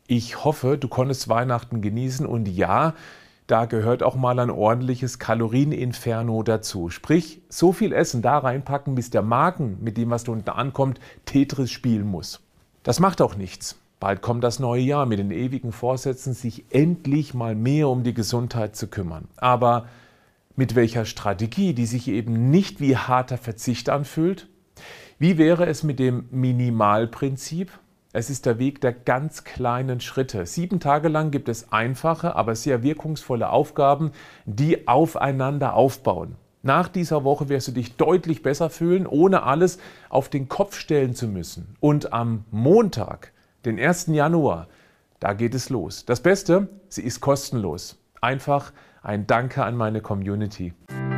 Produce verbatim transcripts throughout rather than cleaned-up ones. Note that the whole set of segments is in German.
Ich hoffe, du konntest Weihnachten genießen und ja, da gehört auch mal ein ordentliches Kalorieninferno dazu. Sprich, so viel Essen da reinpacken, bis der Magen mit dem, was da unten ankommt, Tetris spielen muss. Das macht auch nichts. Bald kommt das neue Jahr mit den ewigen Vorsätzen, sich endlich mal mehr um die Gesundheit zu kümmern. Aber mit welcher Strategie, die sich eben nicht wie harter Verzicht anfühlt? Wie wäre es mit dem Minimalprinzip? Es ist der Weg der ganz kleinen Schritte. Sieben Tage lang gibt es einfache, aber sehr wirkungsvolle Aufgaben, die aufeinander aufbauen. Nach dieser Woche wirst du dich deutlich besser fühlen, ohne alles auf den Kopf stellen zu müssen. Und am Montag, den ersten Januar, da geht es los. Das Beste, sie ist kostenlos. Einfach ein Danke an meine Community.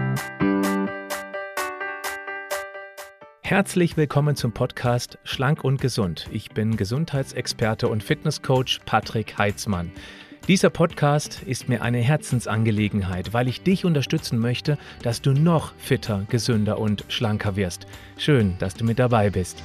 Herzlich willkommen zum Podcast Schlank und Gesund. Ich bin Gesundheitsexperte und Fitnesscoach Patrick Heitzmann. Dieser Podcast ist mir eine Herzensangelegenheit, weil ich dich unterstützen möchte, dass du noch fitter, gesünder und schlanker wirst. Schön, dass du mit dabei bist.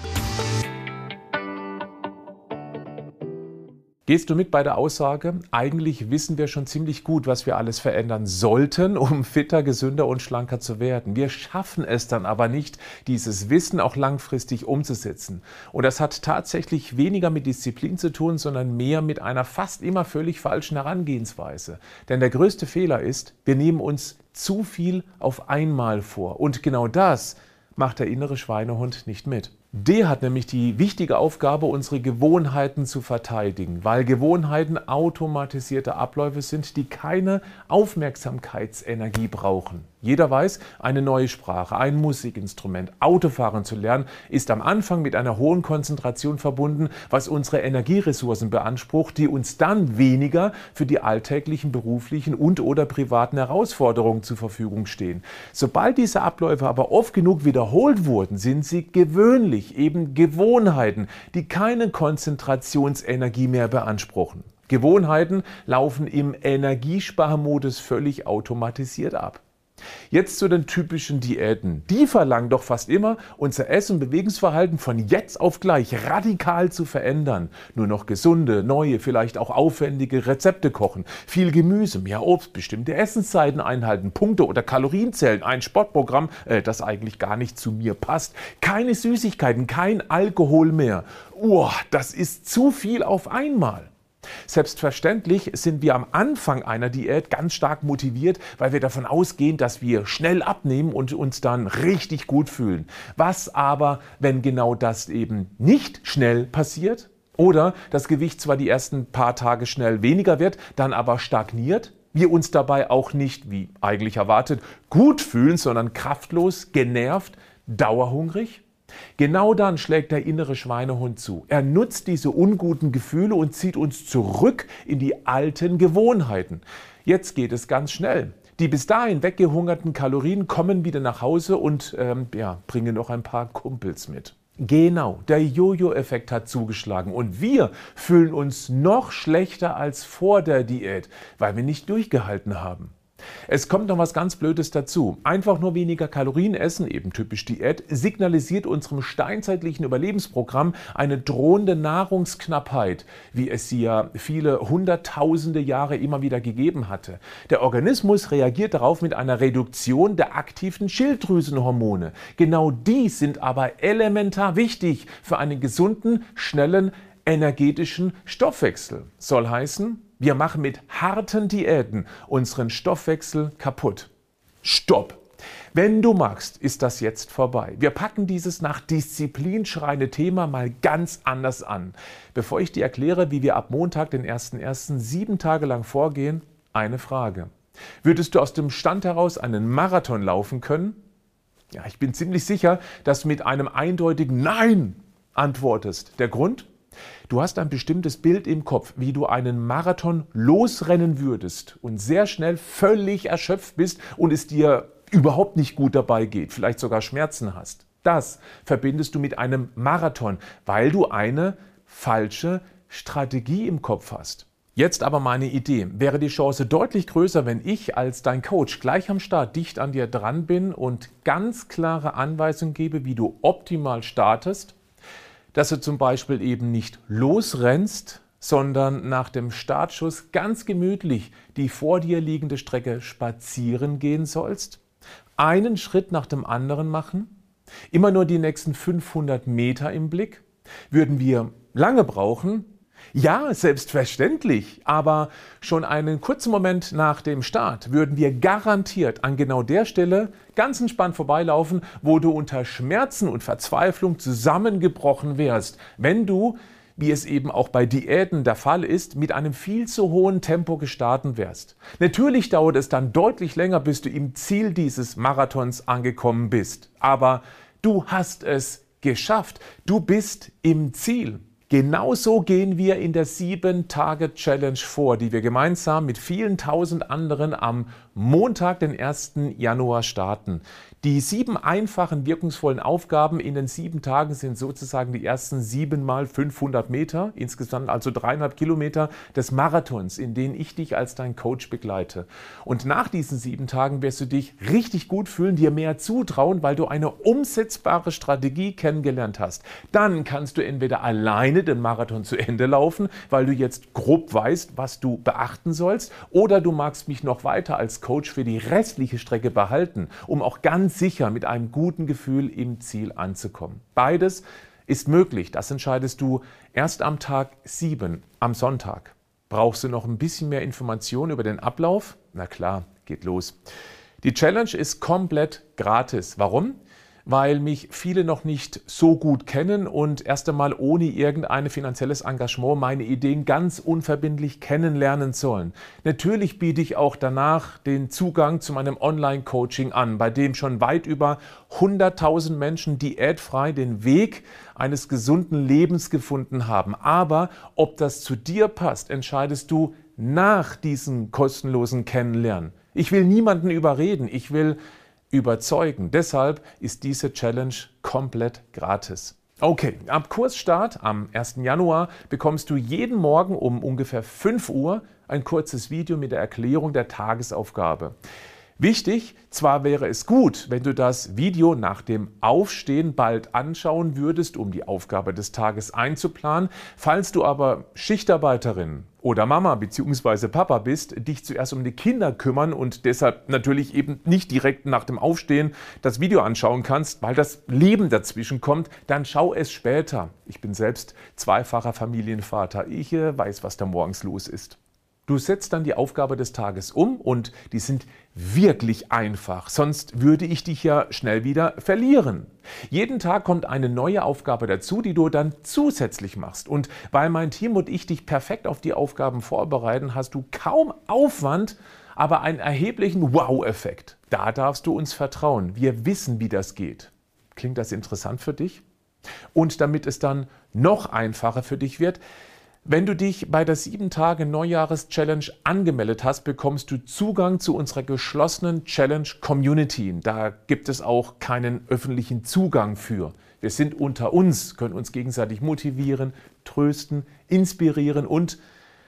Gehst du mit bei der Aussage? Eigentlich wissen wir schon ziemlich gut, was wir alles verändern sollten, um fitter, gesünder und schlanker zu werden. Wir schaffen es dann aber nicht, dieses Wissen auch langfristig umzusetzen. Und das hat tatsächlich weniger mit Disziplin zu tun, sondern mehr mit einer fast immer völlig falschen Herangehensweise. Denn der größte Fehler ist, wir nehmen uns zu viel auf einmal vor. Und genau das macht der innere Schweinehund nicht mit. Der hat nämlich die wichtige Aufgabe, unsere Gewohnheiten zu verteidigen, weil Gewohnheiten automatisierte Abläufe sind, die keine Aufmerksamkeitsenergie brauchen. Jeder weiß, eine neue Sprache, ein Musikinstrument, Autofahren zu lernen, ist am Anfang mit einer hohen Konzentration verbunden, was unsere Energieressourcen beansprucht, die uns dann weniger für die alltäglichen beruflichen und oder privaten Herausforderungen zur Verfügung stehen. Sobald diese Abläufe aber oft genug wiederholt wurden, sind sie gewöhnlich eben Gewohnheiten, die keine Konzentrationsenergie mehr beanspruchen. Gewohnheiten laufen im Energiesparmodus völlig automatisiert ab. Jetzt zu den typischen Diäten. Die verlangen doch fast immer, unser Ess- und Bewegungsverhalten von jetzt auf gleich radikal zu verändern. Nur noch gesunde, neue, vielleicht auch aufwendige Rezepte kochen, viel Gemüse, mehr Obst, bestimmte Essenszeiten einhalten, Punkte oder Kalorien zählen, ein Sportprogramm, äh, das eigentlich gar nicht zu mir passt, keine Süßigkeiten, kein Alkohol mehr. Uah, das ist zu viel auf einmal. Selbstverständlich sind wir am Anfang einer Diät ganz stark motiviert, weil wir davon ausgehen, dass wir schnell abnehmen und uns dann richtig gut fühlen. Was aber, wenn genau das eben nicht schnell passiert? Oder das Gewicht zwar die ersten paar Tage schnell weniger wird, dann aber stagniert? Wir uns dabei auch nicht, wie eigentlich erwartet, gut fühlen, sondern kraftlos, genervt, dauerhungrig? Genau dann schlägt der innere Schweinehund zu. Er nutzt diese unguten Gefühle und zieht uns zurück in die alten Gewohnheiten. Jetzt geht es ganz schnell. Die bis dahin weggehungerten Kalorien kommen wieder nach Hause und ähm, ja, bringen noch ein paar Kumpels mit. Genau, der Jojo-Effekt hat zugeschlagen und wir fühlen uns noch schlechter als vor der Diät, weil wir nicht durchgehalten haben. Es kommt noch was ganz Blödes dazu. Einfach nur weniger Kalorien essen, eben typisch Diät, signalisiert unserem steinzeitlichen Überlebensprogramm eine drohende Nahrungsknappheit, wie es sie ja viele hunderttausende Jahre immer wieder gegeben hatte. Der Organismus reagiert darauf mit einer Reduktion der aktiven Schilddrüsenhormone. Genau die sind aber elementar wichtig für einen gesunden, schnellen, energetischen Stoffwechsel. Soll heißen, wir machen mit harten Diäten unseren Stoffwechsel kaputt. Stopp! Wenn du magst, ist das jetzt vorbei. Wir packen dieses nach Disziplin schreiende Thema mal ganz anders an. Bevor ich dir erkläre, wie wir ab Montag, den ersten ersten sieben Tage lang vorgehen, eine Frage. Würdest du aus dem Stand heraus einen Marathon laufen können? Ja, ich bin ziemlich sicher, dass du mit einem eindeutigen Nein antwortest. Der Grund? Du hast ein bestimmtes Bild im Kopf, wie du einen Marathon losrennen würdest und sehr schnell völlig erschöpft bist und es dir überhaupt nicht gut dabei geht, vielleicht sogar Schmerzen hast. Das verbindest du mit einem Marathon, weil du eine falsche Strategie im Kopf hast. Jetzt aber meine Idee. Wäre die Chance deutlich größer, wenn ich als dein Coach gleich am Start dicht an dir dran bin und ganz klare Anweisungen gebe, wie du optimal startest, dass du zum Beispiel eben nicht losrennst, sondern nach dem Startschuss ganz gemütlich die vor dir liegende Strecke spazieren gehen sollst, einen Schritt nach dem anderen machen, immer nur die nächsten fünfhundert Meter im Blick? Würden wir lange brauchen? Ja, selbstverständlich, aber schon einen kurzen Moment nach dem Start würden wir garantiert an genau der Stelle ganz entspannt vorbeilaufen, wo du unter Schmerzen und Verzweiflung zusammengebrochen wärst, wenn du, wie es eben auch bei Diäten der Fall ist, mit einem viel zu hohen Tempo gestartet wärst. Natürlich dauert es dann deutlich länger, bis du im Ziel dieses Marathons angekommen bist, aber du hast es geschafft, du bist im Ziel. Genauso gehen wir in der sieben Tage Challenge vor, die wir gemeinsam mit vielen tausend anderen am Montag, den ersten Januar starten. Die sieben einfachen, wirkungsvollen Aufgaben in den sieben Tagen sind sozusagen die ersten sieben mal fünfhundert Meter, insgesamt also dreieinhalb Kilometer des Marathons, in denen ich dich als dein Coach begleite. Und nach diesen sieben Tagen wirst du dich richtig gut fühlen, dir mehr zutrauen, weil du eine umsetzbare Strategie kennengelernt hast. Dann kannst du entweder alleine den Marathon zu Ende laufen, weil du jetzt grob weißt, was du beachten sollst, oder du magst mich noch weiter als Coach für die restliche Strecke behalten, um auch ganz sicher mit einem guten Gefühl im Ziel anzukommen. Beides ist möglich, das entscheidest du erst am Tag sieben, am Sonntag. Brauchst du noch ein bisschen mehr Informationen über den Ablauf? Na klar, geht los. Die Challenge ist komplett gratis. Warum? Weil mich viele noch nicht so gut kennen und erst einmal ohne irgendein finanzielles Engagement meine Ideen ganz unverbindlich kennenlernen sollen. Natürlich biete ich auch danach den Zugang zu meinem Online-Coaching an, bei dem schon weit über hunderttausend Menschen diätfrei den Weg eines gesunden Lebens gefunden haben. Aber ob das zu dir passt, entscheidest du nach diesem kostenlosen Kennenlernen. Ich will niemanden überreden, ich will überzeugen. Deshalb ist diese Challenge komplett gratis. Okay, ab Kursstart am ersten Januar bekommst du jeden Morgen um ungefähr fünf Uhr ein kurzes Video mit der Erklärung der Tagesaufgabe. Wichtig, zwar wäre es gut, wenn du das Video nach dem Aufstehen bald anschauen würdest, um die Aufgabe des Tages einzuplanen. Falls du aber Schichtarbeiterin oder Mama bzw. Papa bist, dich zuerst um die Kinder kümmern und deshalb natürlich eben nicht direkt nach dem Aufstehen das Video anschauen kannst, weil das Leben dazwischen kommt, dann schau es später. Ich bin selbst zweifacher Familienvater. Ich äh, weiß, was da morgens los ist. Du setzt dann die Aufgabe des Tages um und die sind wirklich einfach, sonst würde ich dich ja schnell wieder verlieren. Jeden Tag kommt eine neue Aufgabe dazu, die du dann zusätzlich machst. Und weil mein Team und ich dich perfekt auf die Aufgaben vorbereiten, hast du kaum Aufwand, aber einen erheblichen Wow-Effekt. Da darfst du uns vertrauen. Wir wissen, wie das geht. Klingt das interessant für dich? Und damit es dann noch einfacher für dich wird, wenn du dich bei der sieben Tage Neujahres-Challenge angemeldet hast, bekommst du Zugang zu unserer geschlossenen Challenge-Community. Da gibt es auch keinen öffentlichen Zugang für. Wir sind unter uns, können uns gegenseitig motivieren, trösten, inspirieren und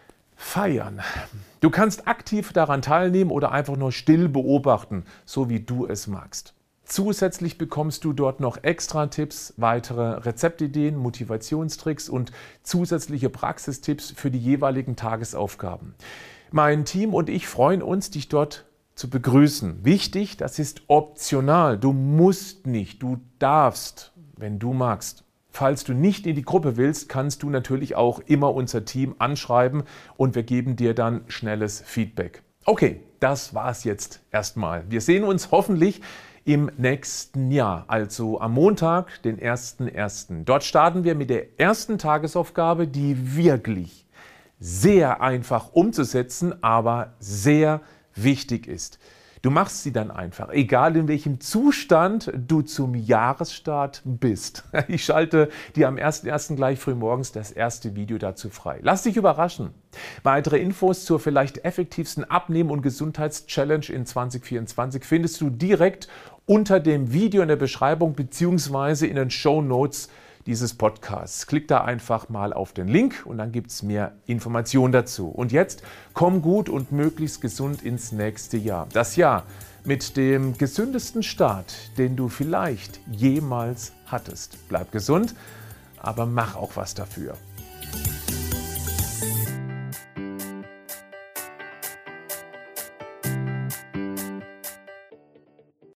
feiern. Du kannst aktiv daran teilnehmen oder einfach nur still beobachten, so wie du es magst. Zusätzlich bekommst du dort noch extra Tipps, weitere Rezeptideen, Motivationstricks und zusätzliche Praxistipps für die jeweiligen Tagesaufgaben. Mein Team und ich freuen uns, dich dort zu begrüßen. Wichtig, das ist optional. Du musst nicht, du darfst, wenn du magst. Falls du nicht in die Gruppe willst, kannst du natürlich auch immer unser Team anschreiben und wir geben dir dann schnelles Feedback. Okay, das war's jetzt erstmal. Wir sehen uns hoffentlich im nächsten Jahr, also am Montag, den ersten ersten Dort starten wir mit der ersten Tagesaufgabe, die wirklich sehr einfach umzusetzen, aber sehr wichtig ist. Du machst sie dann einfach, egal in welchem Zustand du zum Jahresstart bist. Ich schalte dir am ersten ersten gleich früh morgens das erste Video dazu frei. Lass dich überraschen. Weitere Infos zur vielleicht effektivsten Abnehmen- und Gesundheitschallenge in zwanzig vierundzwanzig findest du direkt unter dem Video in der Beschreibung bzw. in den Shownotes dieses Podcasts. Klick da einfach mal auf den Link und dann gibt es mehr Informationen dazu. Und jetzt komm gut und möglichst gesund ins nächste Jahr. Das Jahr mit dem gesündesten Start, den du vielleicht jemals hattest. Bleib gesund, aber mach auch was dafür.